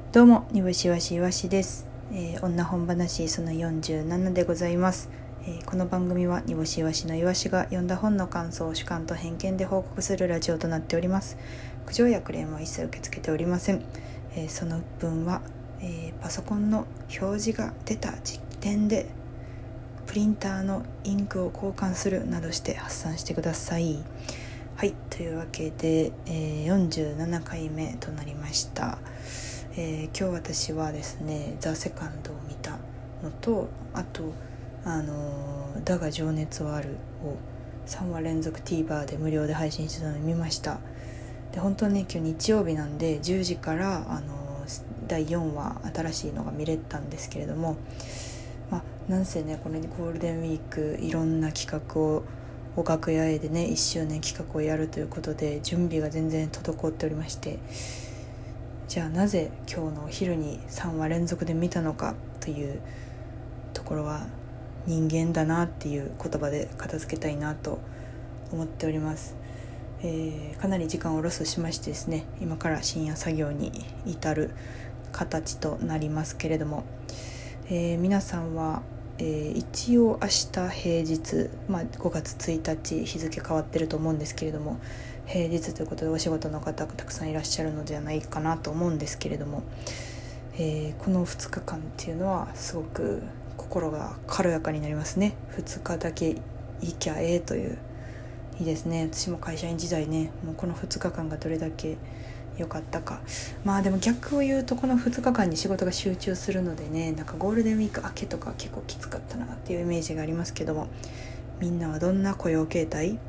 どうも、にぼしわしいわしです。女本話その47でございます。この番組はにぼしいわしのいわしが読んだ本の感想を主観と偏見で報告するラジオとなっております。苦情やクレームは一切受け付けておりません。その分は、パソコンの表示が出た時点でプリンターのインクを交換するなどして発散してください。はい、というわけで、47回目となりました。今日私はですねザ・セカンドを見たのと、あとだが情熱はあるを3話連続 TVer で無料で配信してたのを見ました。で本当に今日日曜日なんで10時から第4話新しいのが見れたんですけれども、なんせねこれゴールデンウィークいろんな企画を楽屋へでね1周年企画をやるということで準備が全然滞っておりまして、じゃあなぜ今日のお昼に3話連続で見たのかというところは人間だなっていう言葉で片付けたいなと思っております。かなり時間をロスしましてですね、今から深夜作業に至る形となりますけれども、皆さんは、一応明日平日、5月1日日付変わってると思うんですけれども、平日ということでお仕事の方がたくさんいらっしゃるのではないかなと思うんですけれども、この2日間っていうのはすごく心が軽やかになりますね。2日だけ行きゃといういいですね。私も会社員時代ね、もうこの2日間がどれだけ良かったか。でも逆を言うとこの2日間に仕事が集中するのでね、なんかゴールデンウィーク明けとか結構きつかったなっていうイメージがありますけども、みんなはどんな雇用形態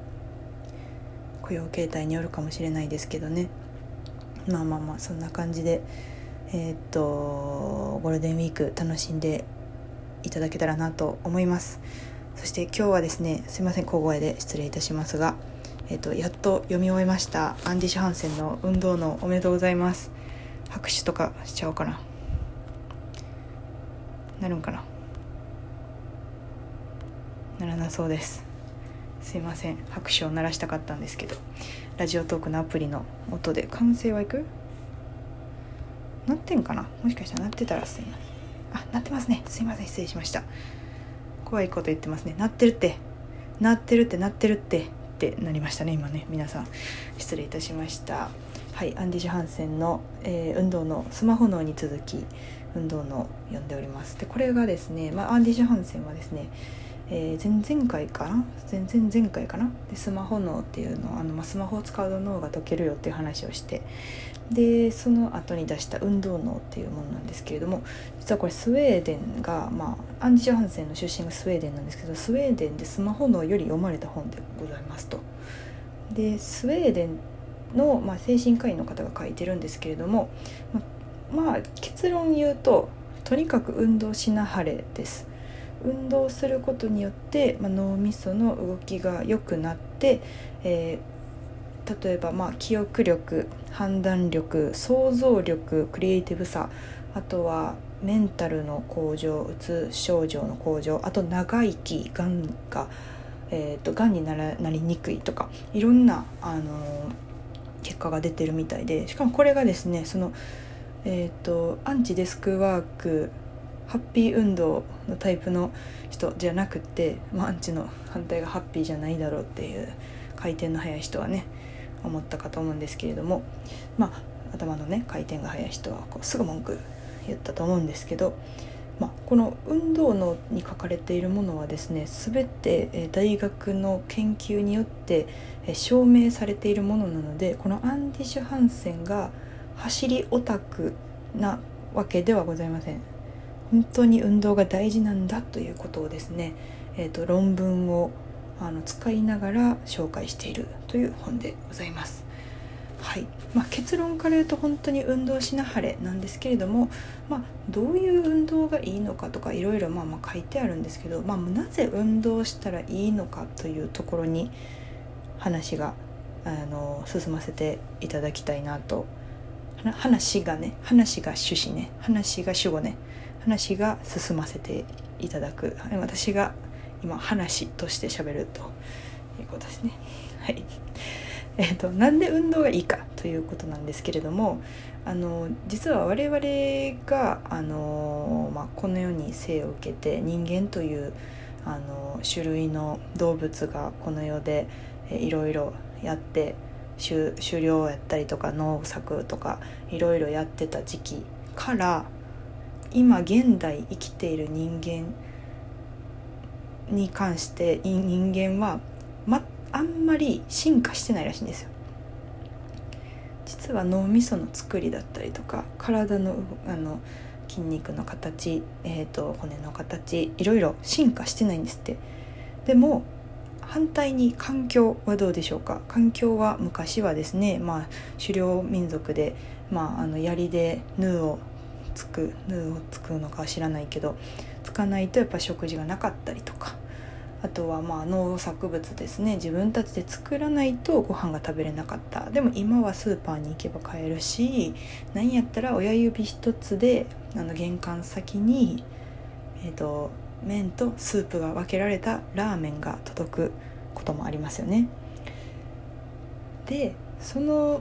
によるかもしれないですけどね。そんな感じでゴールデンウィーク楽しんでいただけたらなと思います。そして今日はですね、すいません小声で失礼いたしますが、やっと読み終えましたアンディ・シュハンセンの運動のおめでとうございます。拍手とかしちゃおうかな。なるんかな。ならなそうです。すいません、拍手を鳴らしたかったんですけど、ラジオトークのアプリの音で完成はいく？鳴ってんかな。もしかしたら鳴ってたらすいません。鳴ってますね。すいません、失礼しました。怖いこと言ってますね。鳴ってるってってなりましたね今ね。皆さん失礼いたしました。はい、アンディ・ジョハンセンの、運動のスマホ脳に続き運動の読んでおります。でこれがですね、アンディ・ジョハンセンはですね、前々回かなでスマホ脳っていうのをスマホを使うと脳が解けるよっていう話をして、でその後に出した運動脳っていうものなんですけれども、実はこれスウェーデンが、アンディ・ジョハンセンの出身がスウェーデンなんですけど、スウェーデンでスマホ脳より読まれた本でございますと。でスウェーデンの、精神科医の方が書いてるんですけれども、結論言うととにかく運動しなはれです。運動することによって、脳みその動きが良くなって、例えば記憶力、判断力、想像力、クリエイティブさ、あとはメンタルの向上、うつ症状の向上、あと長生き、がんになりにくいとか、いろんな、結果が出てるみたいで、しかもこれがですねその、アンチデスクワークハッピー運動のタイプの人じゃなくて、アンチの反対がハッピーじゃないだろうっていう回転の速い人はね思ったかと思うんですけれども、頭のね回転が速い人はすぐ文句言ったと思うんですけど、この運動脳に書かれているものはですね、全て大学の研究によって証明されているものなので、このアンディ・シュハンセンが走りオタクなわけではございません。本当に運動が大事なんだということをですね、論文を使いながら紹介しているという本でございます。はい、結論から言うと本当に運動しなはれなんですけれども、どういう運動がいいのかとかいろいろ書いてあるんですけど、なぜ運動したらいいのかというところに話が進ませていただきたいなと。話が主旨ね、話が主語ね、話が進ませていただく、私が今話として喋るということですね。はい。 なんで運動がいいかということなんですけれども、実は我々が、この世に生を受けて人間という種類の動物がこの世でいろいろやって狩猟やったりとか農作とかいろいろやってた時期から今現代生きている人間に関して人間は、あんまり進化してないらしいんですよ。実は脳みその作りだったりとか体の筋肉の形、骨の形いろいろ進化してないんですって。でも反対に環境はどうでしょうか。環境は昔はですね、狩猟民族で、槍でヌーをつくのかは知らないけどつかないとやっぱ食事がなかったりとか、あとは農作物ですね、自分たちで作らないとご飯が食べれなかった。でも今はスーパーに行けば買えるし、なんやったら親指一つで玄関先に麺とスープが分けられたラーメンが届くこともありますよね。でその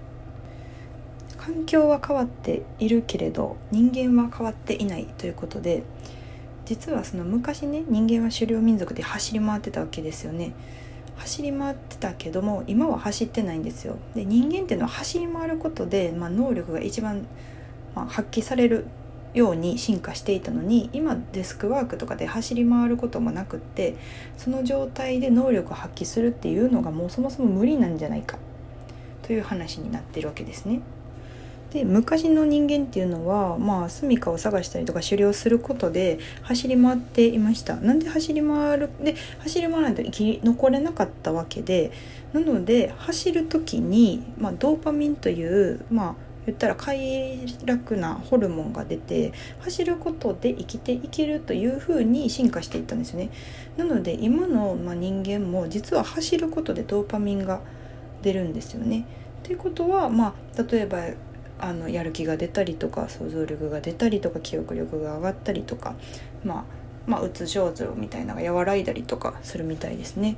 環境は変わっているけれど人間は変わっていないということで、実はその昔ね、人間は狩猟民族で走り回ってたわけですよね。走り回ってたけども今は走ってないんですよ。で人間っていうのは走り回ることで、能力が一番、発揮されるように進化していたのに、今デスクワークとかで走り回ることもなくって、その状態で能力を発揮するっていうのがもうそもそも無理なんじゃないかという話になってるわけですね。で昔の人間っていうのは、住処を探したりとか狩猟することで走り回っていました。なんで走り回らないと生き残れなかったわけで、なので走る時に、ドーパミンという言ったら快楽なホルモンが出て走ることで生きていけるという風に進化していったんですよね。なので今の、人間も実は走ることでドーパミンが出るんですよね。ということは、例えばやる気が出たりとか想像力が出たりとか記憶力が上がったりとか、うつ症状みたいなのが和らいだりとかするみたいですね。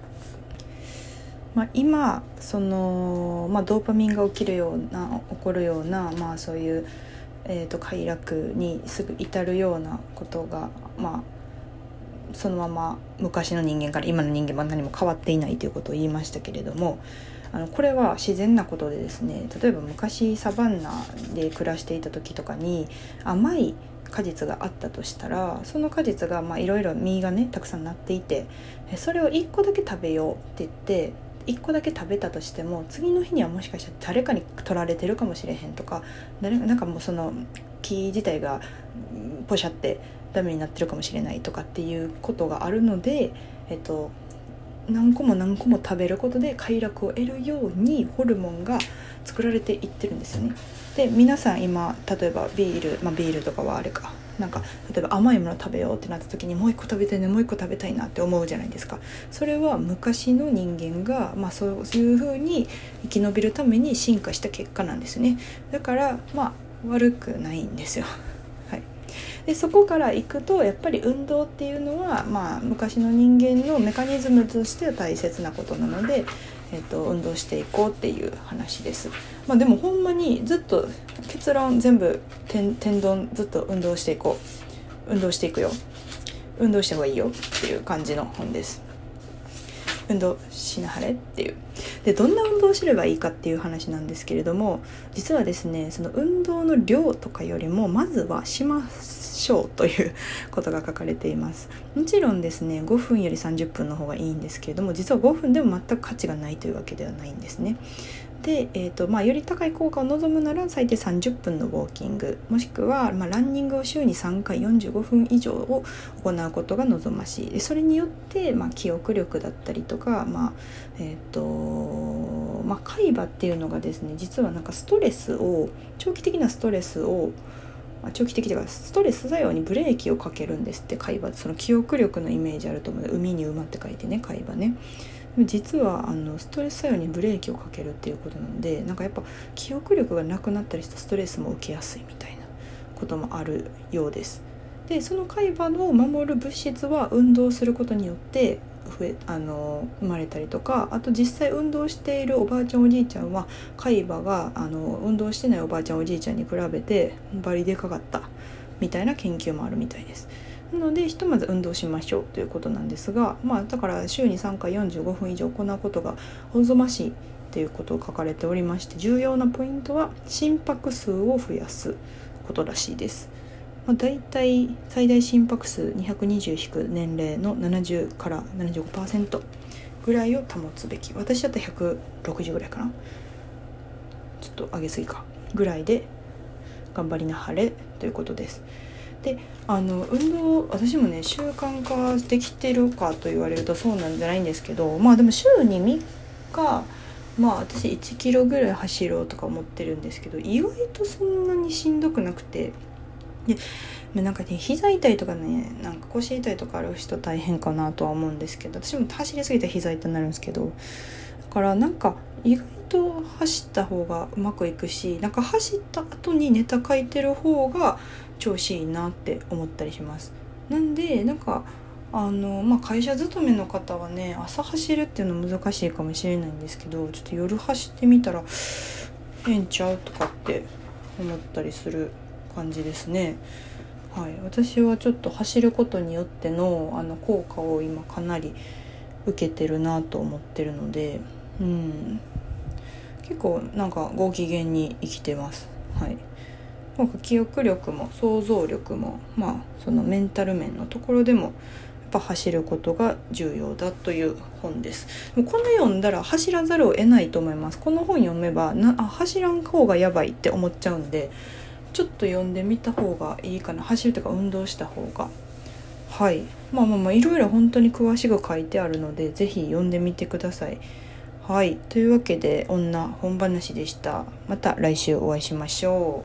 今その、ドーパミンが起こるような、そういう、快楽にすぐ至るようなことが、そのまま昔の人間から今の人間は何も変わっていないということを言いましたけれども、これは自然なことでですね、例えば昔サバンナで暮らしていた時とかに甘い果実があったとしたら、その果実がいろいろ実がねたくさんなっていて、それを1個だけ食べようって言って1個だけ食べたとしても、次の日にはもしかしたら誰かに取られてるかもしれへんとか、なんかもうその木自体がポシャってダメになってるかもしれないとかっていうことがあるので、何個も食べることで快楽を得るようにホルモンが作られていってるんですよね。で皆さん今例えばビールとかはあれか、なんか例えば甘いもの食べようってなった時にもう一個食べたいなもう一個食べたいなって思うじゃないですか。それは昔の人間が、そういう風に生き延びるために進化した結果なんですね。だから悪くないんですよ。でそこからいくとやっぱり運動っていうのは、昔の人間のメカニズムとしては大切なことなので、運動していこうっていう話です。でもほんまにずっと結論全部天丼ずっと運動していこう、運動していくよ、運動した方がいいよっていう感じの本です。運動しなはれっていう。でどんな運動をすればいいかっていう話なんですけれども、実はですね、その運動の量とかよりもまずはしましょうということが書かれています。もちろんですね5分より30分の方がいいんですけれども、実は5分でも全く価値がないというわけではないんですね。で、より高い効果を望むなら最低30分のウォーキング、もしくは、ランニングを週に3回45分以上を行うことが望ましい。でそれによって、記憶力だったりとか、海馬っていうのがですね、実はなんか長期的なストレスを長期的というかストレス作用にブレーキをかけるんですって。海馬、その記憶力のイメージあると思う。海に馬って書いてね、海馬ね。実はストレス作用にブレーキをかけるっていうことなので、なんかやっぱ記憶力がなくなったりしたストレスも受けやすいみたいなこともあるようです。でその海馬を守る物質は運動することによって生まれたりとか、あと実際運動しているおばあちゃんおじいちゃんは海馬が運動してないおばあちゃんおじいちゃんに比べてバリでかかったみたいな研究もあるみたいです。なのでひとまず運動しましょうということなんですが、だから週に3回45分以上行うことが望ましいということを書かれておりまして、重要なポイントは心拍数を増やすことらしいです。だいたい最大心拍数220引年齢の70から 75% ぐらいを保つべき。私だったら160ぐらいかな、ちょっと上げすぎかぐらいで頑張りなはれということです。で運動、私もね習慣化できてるかと言われるとそうなんじゃないんですけど、でも週に3日私1キロぐらい走ろうとか思ってるんですけど、意外とそんなにしんどくなくて、でなんかね膝痛いとかね、なんか腰痛いとかある人大変かなとは思うんですけど、私も走りすぎて膝痛になるんですけど、だからなんか意外と走った方がうまくいくし、なんか走った後にネタ書いてる方が調子いいなって思ったりします。なんでなんか会社勤めの方はね朝走るっていうの難しいかもしれないんですけど、ちょっと夜走ってみたらええんちゃうとかって思ったりする感じですね。はい、私はちょっと走ることによっての効果を今かなり受けてるなと思ってるので、結構なんかご機嫌に生きてます。はい、なんか記憶力も想像力もそのメンタル面のところでもやっぱ走ることが重要だという本です。この読んだら走らざるを得ないと思います。この本読めば走らん方がやばいって思っちゃうんで、ちょっと読んでみた方がいいかな。走るとか運動した方が。はい、いろいろ本当に詳しく書いてあるのでぜひ読んでみてください。はい、というわけで女本話でした。また来週お会いしましょう。